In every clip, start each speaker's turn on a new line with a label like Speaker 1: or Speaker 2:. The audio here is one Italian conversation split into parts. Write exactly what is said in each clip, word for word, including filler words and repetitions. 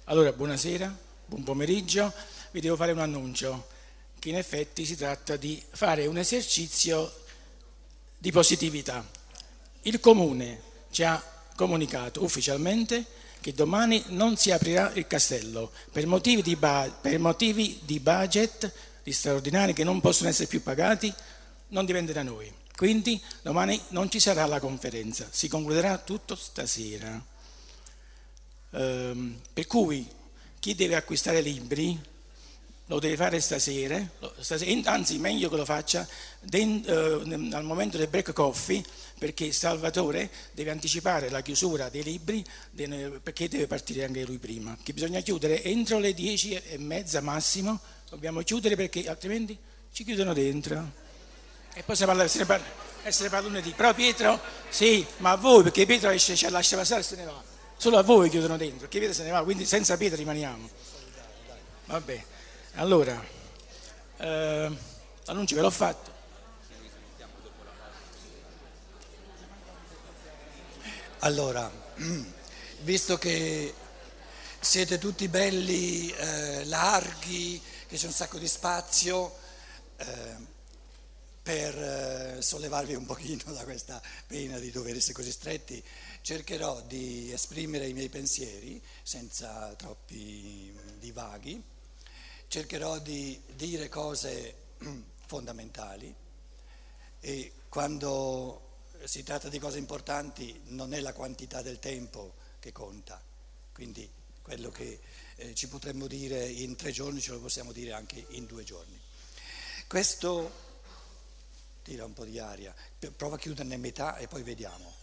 Speaker 1: Allora, buonasera, buon pomeriggio. Vi devo fare un annuncio, che in effetti si tratta di fare un esercizio di positività. Il Comune ci ha comunicato ufficialmente che domani non si aprirà il castello per motivi di, ba- per motivi di budget, di straordinari che non possono essere più pagati, non dipende da noi. Quindi domani non ci sarà la conferenza, si concluderà tutto stasera. Ehm, per cui chi deve acquistare libri lo deve fare stasera, stasera anzi meglio che lo faccia den, eh, al momento del break coffee, perché Salvatore deve anticipare la chiusura dei libri de, perché deve partire anche lui prima, che bisogna chiudere entro le dieci e mezza massimo, dobbiamo chiudere perché altrimenti ci chiudono dentro e poi si parla, se ne parla, e se ne parla lunedì. Però Pietro, sì, ma a voi, perché Pietro esce, ci lascia passare e se ne va. Solo a voi chiudono dentro, perché Pietro se ne va, quindi senza Pietro rimaniamo. Vabbè, allora, eh, l'annuncio ve l'ho fatto.
Speaker 2: Allora, visto che siete tutti belli, eh, larghi, che c'è un sacco di spazio, eh, per eh, sollevarvi un pochino da questa pena di dover essere così stretti, cercherò di esprimere i miei pensieri senza troppi divaghi, cercherò di dire cose fondamentali e quando si tratta di cose importanti non è la quantità del tempo che conta, quindi quello che eh, ci potremmo dire in tre giorni ce lo possiamo dire anche in due giorni. Questo tira un po' di aria, prova a chiuderne metà e poi vediamo.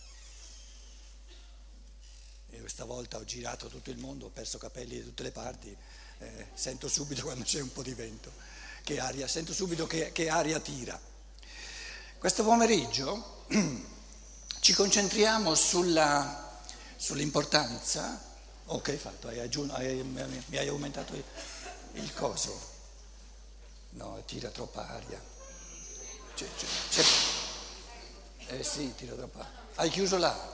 Speaker 2: Io stavolta ho girato tutto il mondo, ho perso capelli da tutte le parti, eh, sento subito quando c'è un po' di vento, che aria, sento subito che, che aria tira. Questo pomeriggio ci concentriamo sulla, sull'importanza. Oh, che hai fatto? Hai aggiun- hai, mi hai aumentato il, il coso? No, tira troppa aria. C'è, c'è, c'è. Eh sì, tira troppa aria. Hai chiuso là?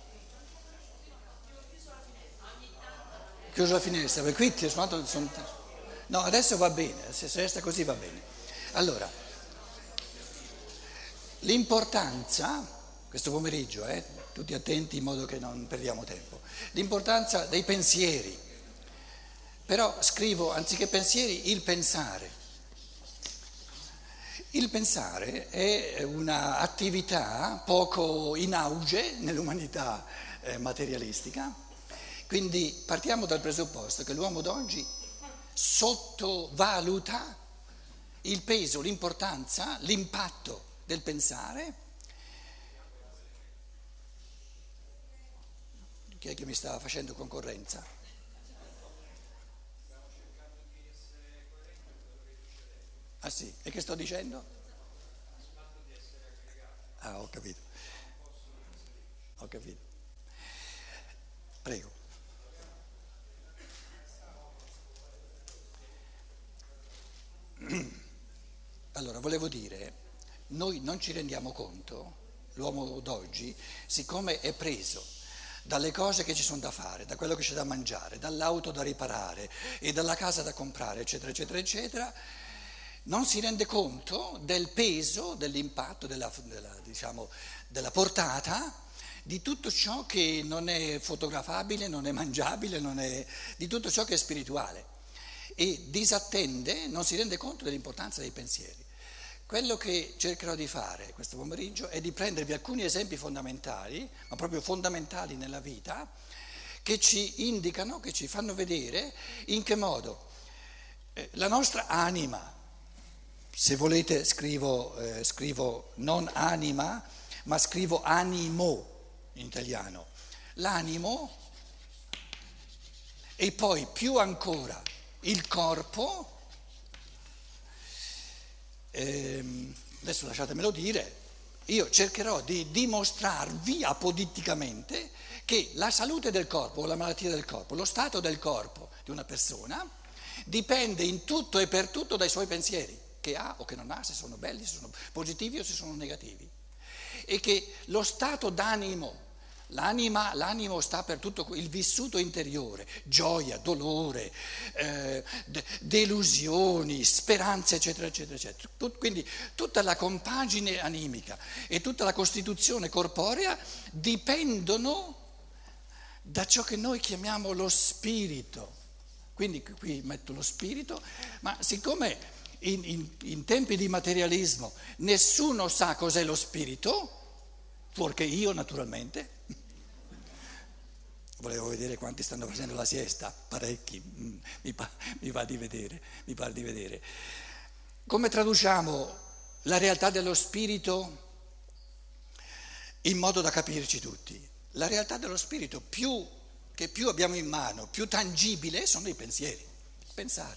Speaker 2: Chiuso la finestra, perché qui ti sono, sono... No, adesso va bene, se resta così va bene. Allora, l'importanza, questo pomeriggio, eh, tutti attenti in modo che non perdiamo tempo, l'importanza dei pensieri, però scrivo anziché pensieri il pensare. Il pensare è un'attività poco in auge nell'umanità eh, materialistica, quindi partiamo dal presupposto che l'uomo d'oggi sottovaluta il peso, l'importanza, l'impatto del pensare. Chi è che mi sta facendo concorrenza? Ah sì, e che sto dicendo? Ah, ho capito. Ho capito. Prego. Allora, volevo dire, noi non ci rendiamo conto, l'uomo d'oggi, siccome è preso dalle cose che ci sono da fare, da quello che c'è da mangiare, dall'auto da riparare e dalla casa da comprare, eccetera, eccetera, eccetera, non si rende conto del peso, dell'impatto, della, della, diciamo, della portata di tutto ciò che non è fotografabile, non è mangiabile, non è, di tutto ciò che è spirituale. E disattende, non si rende conto dell'importanza dei pensieri. Quello che cercherò di fare questo pomeriggio è di prendervi alcuni esempi fondamentali, ma proprio fondamentali nella vita, che ci indicano, che ci fanno vedere in che modo eh, la nostra anima, se volete scrivo, eh, scrivo non anima, ma scrivo animo in italiano, l'animo e poi più ancora il corpo, ehm, adesso lasciatemelo dire, io cercherò di dimostrarvi apoditticamente che la salute del corpo o la malattia del corpo, lo stato del corpo di una persona dipende in tutto e per tutto dai suoi pensieri, che ha o che non ha, se sono belli, se sono positivi o se sono negativi, e che lo stato d'animo L'anima, l'animo sta per tutto il vissuto interiore, gioia, dolore, eh, de- delusioni, speranze, eccetera, eccetera, eccetera. Tut- quindi tutta la compagine animica e tutta la costituzione corporea dipendono da ciò che noi chiamiamo lo spirito. Quindi qui metto lo spirito, ma siccome in, in, in tempi di materialismo nessuno sa cos'è lo spirito, fuorché io naturalmente. Volevo vedere quanti stanno facendo la siesta, parecchi, mm, mi, pa- mi va di vedere, mi pare di vedere. Come traduciamo la realtà dello spirito in modo da capirci tutti? La realtà dello spirito più, che più abbiamo in mano, più tangibile, sono i pensieri, pensare.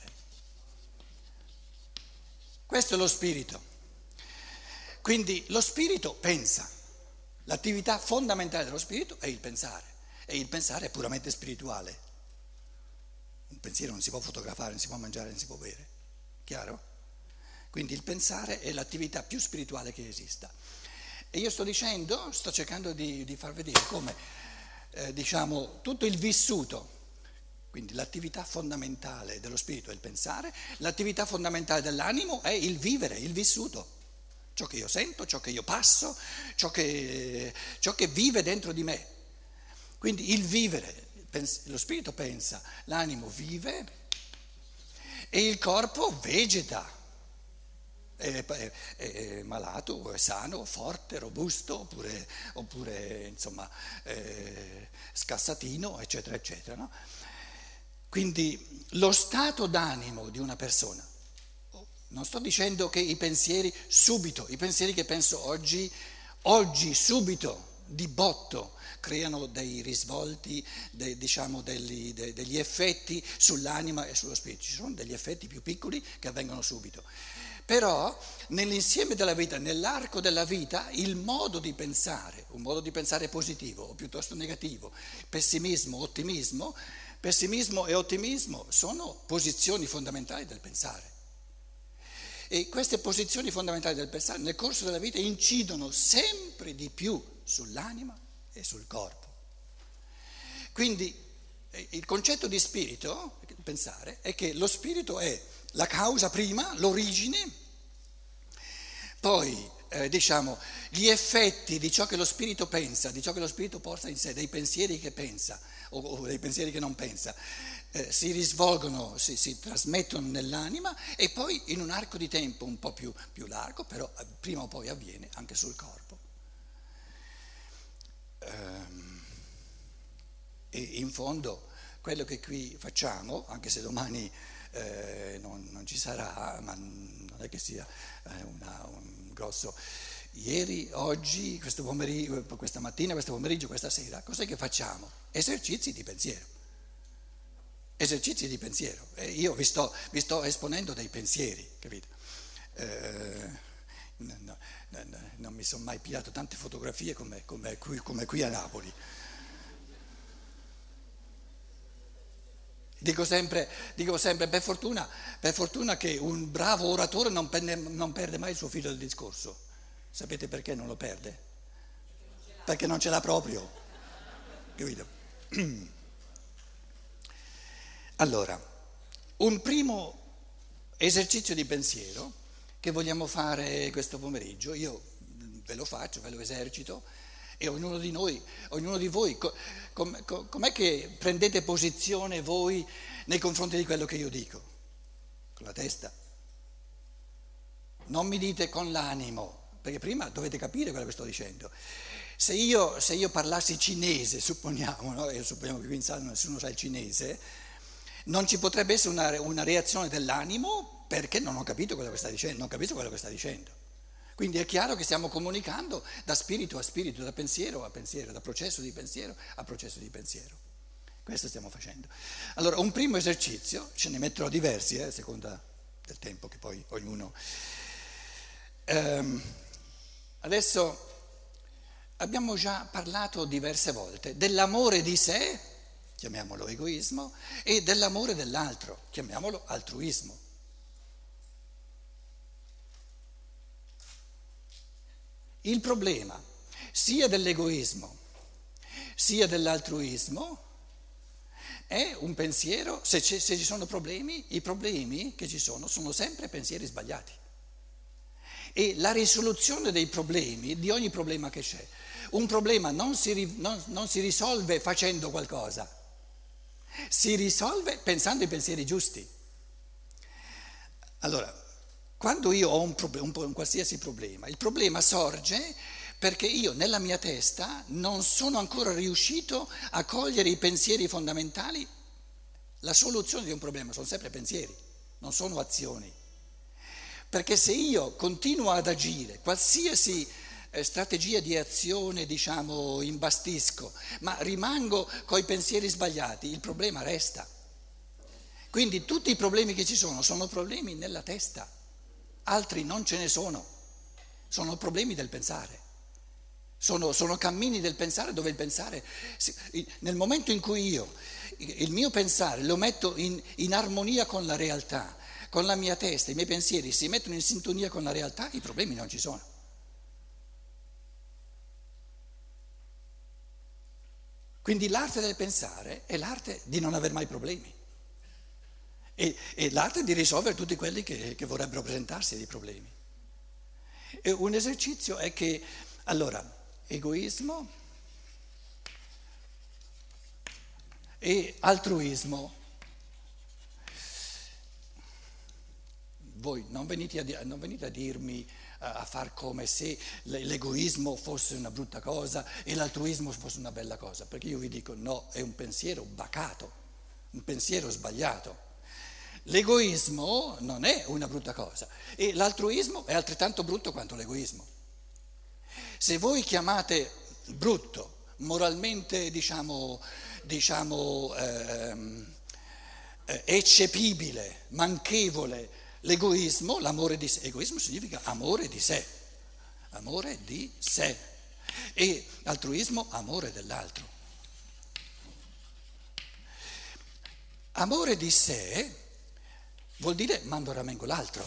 Speaker 2: Questo è lo spirito. Quindi lo spirito pensa, l'attività fondamentale dello spirito è il pensare. E il pensare è puramente spirituale. Un pensiero non si può fotografare, non si può mangiare, non si può bere. Chiaro? Quindi il pensare è l'attività più spirituale che esista. E io sto dicendo, sto cercando di, di far vedere come, eh, diciamo, tutto il vissuto, quindi l'attività fondamentale dello spirito è il pensare, l'attività fondamentale dell'animo è il vivere, il vissuto. Ciò che io sento, ciò che io passo, ciò che, ciò che vive dentro di me. Quindi il vivere, lo spirito pensa, l'animo vive e il corpo vegeta, è, è, è malato, è sano, forte, robusto, oppure, oppure insomma eh, scassatino, eccetera, eccetera. No? Quindi lo stato d'animo di una persona, non sto dicendo che i pensieri subito, i pensieri che penso oggi, oggi subito, di botto, creano dei risvolti, dei, diciamo degli, de, degli effetti sull'anima e sullo spirito. Ci sono degli effetti più piccoli che avvengono subito. Però nell'insieme della vita, nell'arco della vita, il modo di pensare, un modo di pensare positivo o piuttosto negativo, pessimismo, ottimismo, pessimismo e ottimismo sono posizioni fondamentali del pensare. E queste posizioni fondamentali del pensare nel corso della vita incidono sempre di più sull'anima e sul corpo. Quindi il concetto di spirito, pensare, è che lo spirito è la causa prima, l'origine, poi eh, diciamo gli effetti di ciò che lo spirito pensa, di ciò che lo spirito porta in sé, dei pensieri che pensa o, o dei pensieri che non pensa, eh, si risvolgono, si, si trasmettono nell'anima e poi in un arco di tempo un po' più, più largo, però prima o poi avviene anche sul corpo. E in fondo quello che qui facciamo, anche se domani eh, non, non ci sarà, ma non è che sia eh, una, un grosso... Ieri, oggi, questo pomeriggio, questa mattina, questo pomeriggio, questa sera, cos'è che facciamo? Esercizi di pensiero. Esercizi di pensiero. E io vi sto, vi sto esponendo dei pensieri, capite? Eh, No, no, no, non mi sono mai pigliato tante fotografie come, come, qui, come qui a Napoli. Dico sempre, dico sempre per, fortuna, per fortuna che un bravo oratore non perde, non perde mai il suo filo del discorso. Sapete perché non lo perde? Perché non ce l'ha proprio. Capito? Allora, un primo esercizio di pensiero che vogliamo fare questo pomeriggio, io ve lo faccio, ve lo esercito e ognuno di noi, ognuno di voi, com, com, com'è che prendete posizione voi nei confronti di quello che io dico? Con la testa? Non mi dite con l'animo, perché prima dovete capire quello che sto dicendo. Se io, se io parlassi cinese, supponiamo, no? E supponiamo che qui in sala nessuno sa il cinese, non ci potrebbe essere una, una reazione dell'animo perché non ho capito quello che sta dicendo, non capisco quello che sta dicendo. Quindi è chiaro che stiamo comunicando da spirito a spirito, da pensiero a pensiero, da processo di pensiero a processo di pensiero. Questo stiamo facendo. Allora, un primo esercizio, ce ne metterò diversi, eh, a seconda del tempo che poi ognuno... Ehm, adesso abbiamo già parlato diverse volte dell'amore di sé, chiamiamolo egoismo, e dell'amore dell'altro, chiamiamolo altruismo. Il problema sia dell'egoismo sia dell'altruismo, è un pensiero, se, se ci sono problemi, i problemi che ci sono sono sempre pensieri sbagliati. E la risoluzione dei problemi, di ogni problema che c'è, un problema non si, non, non si risolve facendo qualcosa, si risolve pensando i pensieri giusti. Allora, quando io ho un, problem- un, un qualsiasi problema, il problema sorge perché io nella mia testa non sono ancora riuscito a cogliere i pensieri fondamentali. La soluzione di un problema sono sempre pensieri, non sono azioni. Perché se io continuo ad agire, qualsiasi eh, strategia di azione, diciamo, imbastisco, ma rimango coi pensieri sbagliati, il problema resta. Quindi tutti i problemi che ci sono sono problemi nella testa, altri non ce ne sono, sono problemi del pensare. Sono, sono cammini del pensare dove il pensare, nel momento in cui io il mio pensare lo metto in, in armonia con la realtà, con la mia testa, i miei pensieri si mettono in sintonia con la realtà, i problemi non ci sono. Quindi l'arte del pensare è l'arte di non aver mai problemi e, e l'arte di risolvere tutti quelli che, che vorrebbero presentarsi dei problemi. E un esercizio è che, allora, egoismo e altruismo. Voi non venite a, non venite a dirmi a far come se l'egoismo fosse una brutta cosa e l'altruismo fosse una bella cosa, perché io vi dico no, è un pensiero bacato, un pensiero sbagliato. L'egoismo non è una brutta cosa e l'altruismo è altrettanto brutto quanto l'egoismo. Se voi chiamate brutto, moralmente diciamo, diciamo ehm, eh, eccepibile, manchevole l'egoismo, l'amore di sé, egoismo significa amore di sé, amore di sé e altruismo amore dell'altro. Amore di sé vuol dire mando a ramengo l'altro,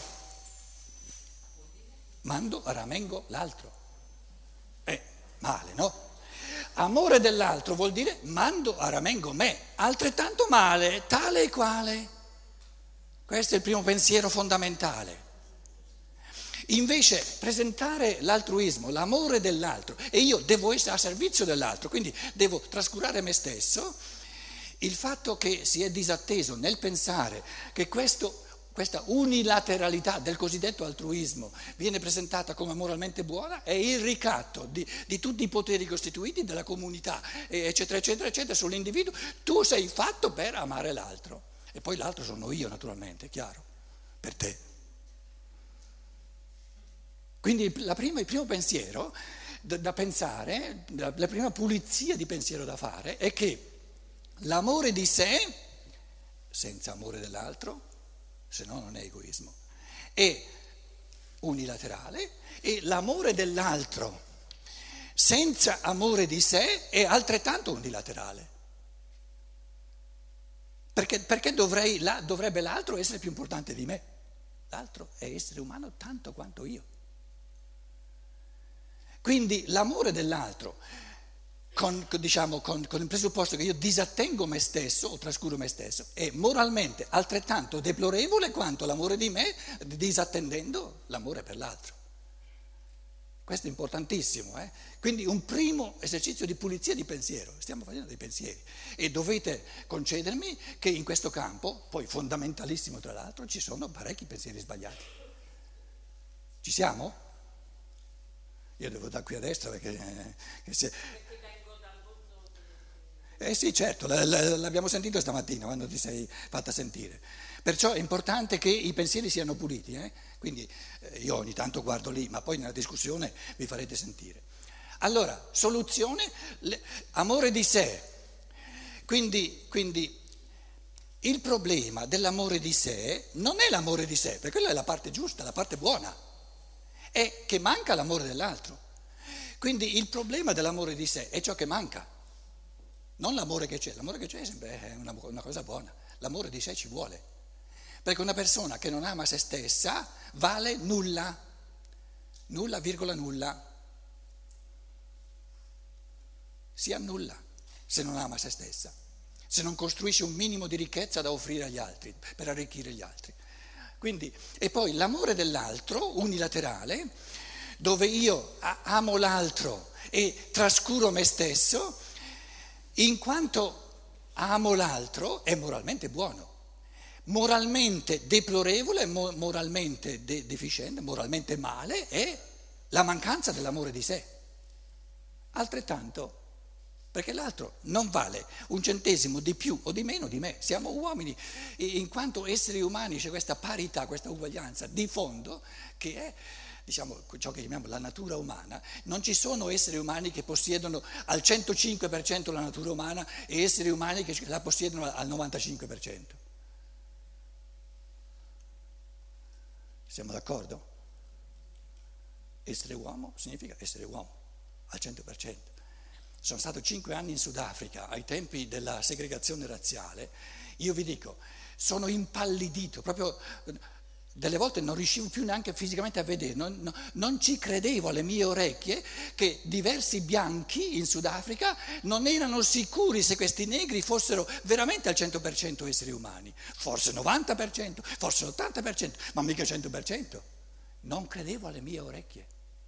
Speaker 2: mando a ramengo l'altro. È male, no? Amore dell'altro vuol dire mando a ramengo me, altrettanto male, tale e quale. Questo è il primo pensiero fondamentale. Invece presentare l'altruismo, l'amore dell'altro, e io devo essere a servizio dell'altro, quindi devo trascurare me stesso, il fatto che si è disatteso nel pensare che questo... Questa unilateralità del cosiddetto altruismo viene presentata come moralmente buona, è il ricatto di, di tutti i poteri costituiti della comunità, eccetera, eccetera, eccetera, sull'individuo. Tu sei fatto per amare l'altro e poi l'altro sono io naturalmente, è chiaro, per te. Quindi la prima, il primo pensiero da, da pensare, la, la prima pulizia di pensiero da fare è che l'amore di sé, senza amore dell'altro, se no non è egoismo, è unilaterale e l'amore dell'altro senza amore di sé è altrettanto unilaterale. Perché, perché dovrei, la, dovrebbe l'altro essere più importante di me? L'altro è essere umano tanto quanto io. Quindi l'amore dell'altro, Con, diciamo, con, con il presupposto che io disattengo me stesso o trascuro me stesso, è moralmente altrettanto deplorevole quanto l'amore di me, disattendendo l'amore per l'altro. Questo è importantissimo, eh? Quindi un primo esercizio di pulizia di pensiero, stiamo facendo dei pensieri e dovete concedermi che in questo campo, poi fondamentalissimo tra l'altro, ci sono parecchi pensieri sbagliati. Ci siamo? Io devo da qui a destra perché... Eh, se, Eh sì, certo, l'abbiamo sentito stamattina quando ti sei fatta sentire. Perciò è importante che i pensieri siano puliti, eh? Quindi eh, io ogni tanto guardo lì, ma poi nella discussione vi farete sentire. Allora, soluzione, le, amore di sé. Quindi, quindi il problema dell'amore di sé non è l'amore di sé, perché quella è la parte giusta, la parte buona, è che manca l'amore dell'altro. Quindi il problema dell'amore di sé è ciò che manca. Non l'amore che c'è, l'amore che c'è è sempre una, una cosa buona, l'amore di sé ci vuole, perché una persona che non ama se stessa vale nulla, nulla virgola nulla, si annulla. se non ama se stessa, se non costruisce un minimo di ricchezza da offrire agli altri, per arricchire gli altri. Quindi, e poi l'amore dell'altro, unilaterale, dove io amo l'altro e trascuro me stesso, in quanto amo l'altro è moralmente buono, moralmente deplorevole, moralmente de- deficiente, moralmente male è la mancanza dell'amore di sé. Altrettanto, perché l'altro non vale un centesimo di più o di meno di me, siamo uomini, in quanto esseri umani c'è questa parità, questa uguaglianza di fondo che è, diciamo, ciò che chiamiamo la natura umana. Non ci sono esseri umani che possiedono al centocinque per cento la natura umana e esseri umani che la possiedono al novantacinque per cento. Siamo d'accordo? Essere uomo significa essere uomo al cento per cento. Sono stato cinque anni in Sudafrica ai tempi della segregazione razziale. Io vi dico, sono impallidito, proprio delle volte non riuscivo più neanche fisicamente a vedere, non, non, non ci credevo alle mie orecchie che diversi bianchi in Sudafrica non erano sicuri se questi negri fossero veramente al cento per cento esseri umani, forse novanta per cento, forse ottanta per cento, ma mica cento per cento. Non credevo alle mie orecchie.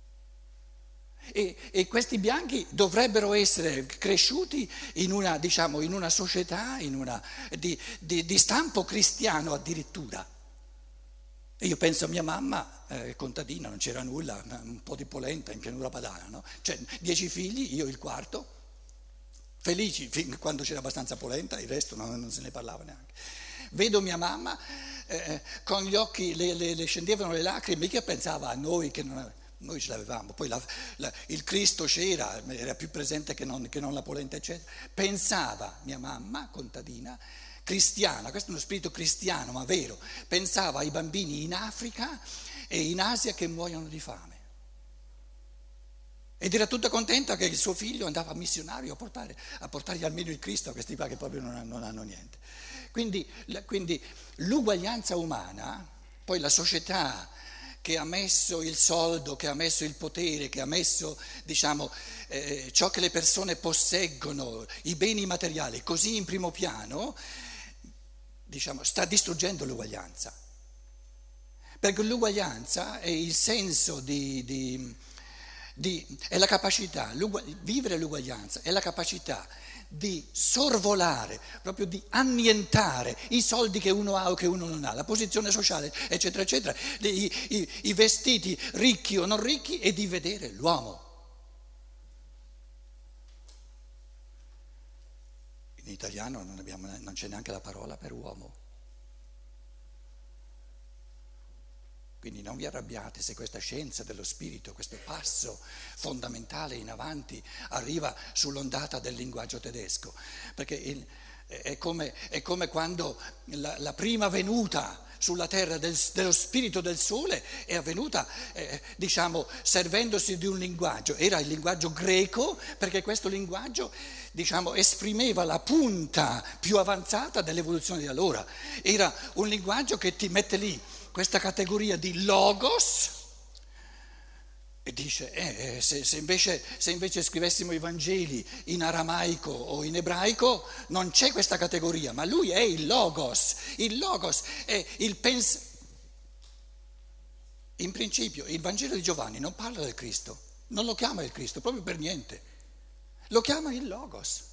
Speaker 2: E, e questi bianchi dovrebbero essere cresciuti in una, diciamo, in una società in una, di, di, di stampo cristiano addirittura. E io penso a mia mamma, eh, contadina, non c'era nulla, un po' di polenta in pianura padana, no? Cioè, dieci figli, io il quarto, felici fin quando c'era abbastanza polenta, il resto non, non se ne parlava neanche. Vedo mia mamma, eh, con gli occhi le, le, le scendevano le lacrime, che pensava a noi che non avevamo. Noi ce l'avevamo, poi la, la, il Cristo c'era, era più presente che non, che non la polenta, eccetera. Pensava mia mamma, contadina, cristiana, questo è uno spirito cristiano, ma vero, pensava ai bambini in Africa e in Asia che muoiono di fame. Ed era tutta contenta che il suo figlio andava a missionario a, portare, a portargli almeno il Cristo a questi qua che proprio non, non hanno niente. Quindi, quindi l'uguaglianza umana, poi la società che ha messo il soldo, che ha messo il potere, che ha messo, diciamo, eh, ciò che le persone posseggono, i beni materiali, così in primo piano, diciamo, sta distruggendo l'uguaglianza. Perché l'uguaglianza è il senso di, di, di è la capacità, vivere l'uguaglianza è la capacità di sorvolare, proprio di annientare i soldi che uno ha o che uno non ha, la posizione sociale, eccetera, eccetera, i, i, i vestiti ricchi o non ricchi e di vedere l'uomo. In italiano non, abbiamo, non c'è neanche la parola per uomo. Quindi non vi arrabbiate se questa scienza dello spirito, questo passo fondamentale in avanti arriva sull'ondata del linguaggio tedesco, perché il, è, come, è come quando la, la prima venuta sulla terra del, dello spirito del sole è avvenuta, eh, diciamo, servendosi di un linguaggio, era il linguaggio greco, perché questo linguaggio, diciamo, esprimeva la punta più avanzata dell'evoluzione di allora, era un linguaggio che ti mette lì questa categoria di logos e dice eh, se, se, invece, se invece scrivessimo i Vangeli in aramaico o in ebraico non c'è questa categoria, ma lui è il logos, il logos è il pensiero. In principio il Vangelo di Giovanni non parla del Cristo, non lo chiama il Cristo proprio per niente, lo chiama il logos.